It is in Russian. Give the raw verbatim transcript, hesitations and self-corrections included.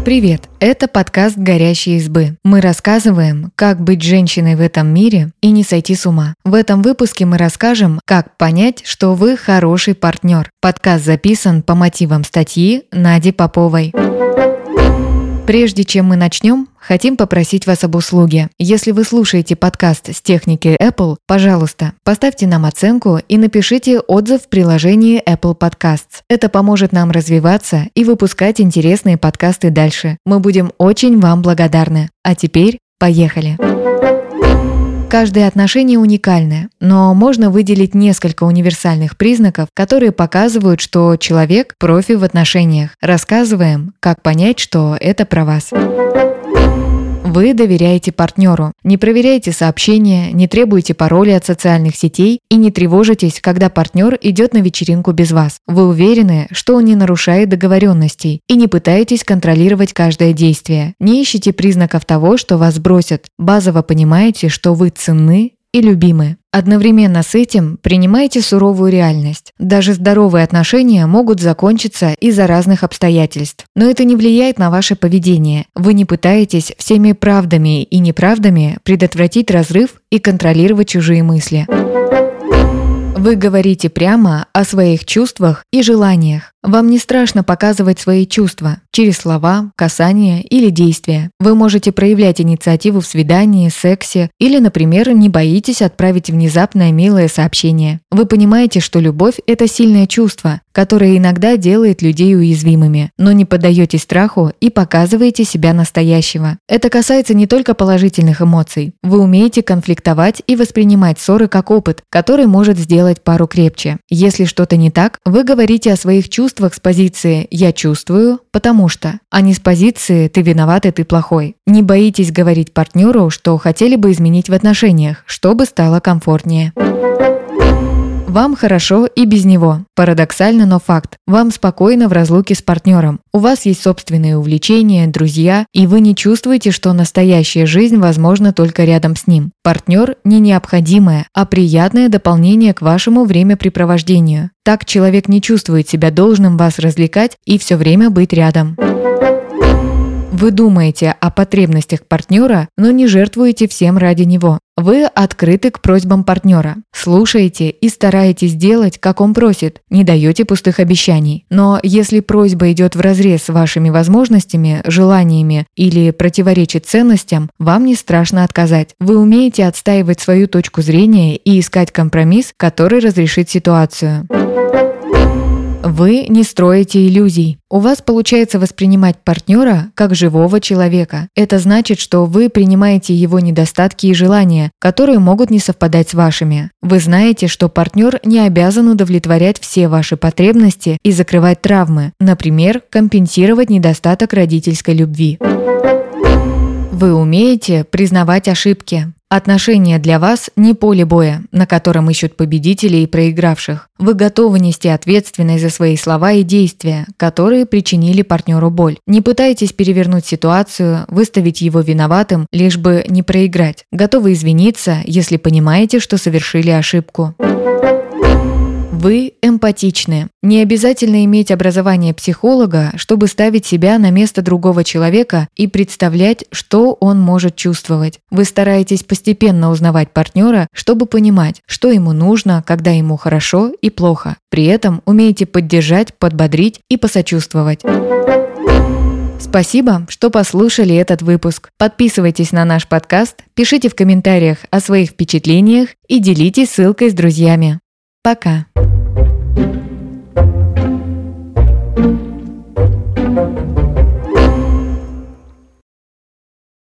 Привет! Это подкаст «Горящие избы». Мы рассказываем, как быть женщиной в этом мире и не сойти с ума. В этом выпуске мы расскажем, как понять, что вы хороший партнер. Подкаст записан по мотивам статьи Нади Поповой. Прежде чем мы начнем, хотим попросить вас об услуге. Если вы слушаете подкаст с техники Apple, пожалуйста, поставьте нам оценку и напишите отзыв в приложении Apple Podcasts. Это поможет нам развиваться и выпускать интересные подкасты дальше. Мы будем очень вам благодарны. А теперь поехали! Каждое отношение уникальное, но можно выделить несколько универсальных признаков, которые показывают, что человек – профи в отношениях. Рассказываем, как понять, что это про вас. Вы доверяете партнеру, не проверяете сообщения, не требуете пароли от социальных сетей и не тревожитесь, когда партнер идет на вечеринку без вас. Вы уверены, что он не нарушает договоренностей и не пытаетесь контролировать каждое действие. Не ищите признаков того, что вас бросят. Базово понимаете, что вы ценны и любимы. Одновременно с этим принимайте суровую реальность. Даже здоровые отношения могут закончиться из-за разных обстоятельств. Но это не влияет на ваше поведение. Вы не пытаетесь всеми правдами и неправдами предотвратить разрыв и контролировать чужие мысли. Вы говорите прямо о своих чувствах и желаниях. Вам не страшно показывать свои чувства через слова, касания или действия. Вы можете проявлять инициативу в свидании, сексе или, например, не боитесь отправить внезапное милое сообщение. Вы понимаете, что любовь – это сильное чувство, которое иногда делает людей уязвимыми, но не поддаетесь страху и показываете себя настоящего. Это касается не только положительных эмоций. Вы умеете конфликтовать и воспринимать ссоры как опыт, который может сделать пару крепче. Если что-то не так, вы говорите о своих чувствах с позиции «я чувствую, потому что», а не с позиции «ты виноват и ты плохой». Не боитесь говорить партнеру, что хотели бы изменить в отношениях, чтобы стало комфортнее. Вам хорошо и без него. Парадоксально, но факт. Вам спокойно в разлуке с партнером. У вас есть собственные увлечения, друзья, и вы не чувствуете, что настоящая жизнь возможна только рядом с ним. Партнер не необходимое, а приятное дополнение к вашему времяпрепровождению. Так человек не чувствует себя должным вас развлекать и все время быть рядом. Вы думаете о потребностях партнера, но не жертвуете всем ради него. Вы открыты к просьбам партнера, слушаете и стараетесь делать, как он просит, не даете пустых обещаний. Но если просьба идет вразрез с вашими возможностями, желаниями или противоречит ценностям, вам не страшно отказать. Вы умеете отстаивать свою точку зрения и искать компромисс, который разрешит ситуацию. Вы не строите иллюзий. У вас получается воспринимать партнера как живого человека. Это значит, что вы принимаете его недостатки и желания, которые могут не совпадать с вашими. Вы знаете, что партнер не обязан удовлетворять все ваши потребности и закрывать травмы, например, компенсировать недостаток родительской любви. Вы умеете признавать ошибки. Отношения для вас не поле боя, на котором ищут победителей и проигравших. Вы готовы нести ответственность за свои слова и действия, которые причинили партнеру боль. Не пытайтесь перевернуть ситуацию, выставить его виноватым, лишь бы не проиграть. Готовы извиниться, если понимаете, что совершили ошибку. Вы эмпатичны. Не обязательно иметь образование психолога, чтобы ставить себя на место другого человека и представлять, что он может чувствовать. Вы стараетесь постепенно узнавать партнера, чтобы понимать, что ему нужно, когда ему хорошо и плохо. При этом умеете поддержать, подбодрить и посочувствовать. Спасибо, что послушали этот выпуск. Подписывайтесь на наш подкаст, пишите в комментариях о своих впечатлениях и делитесь ссылкой с друзьями. Пока!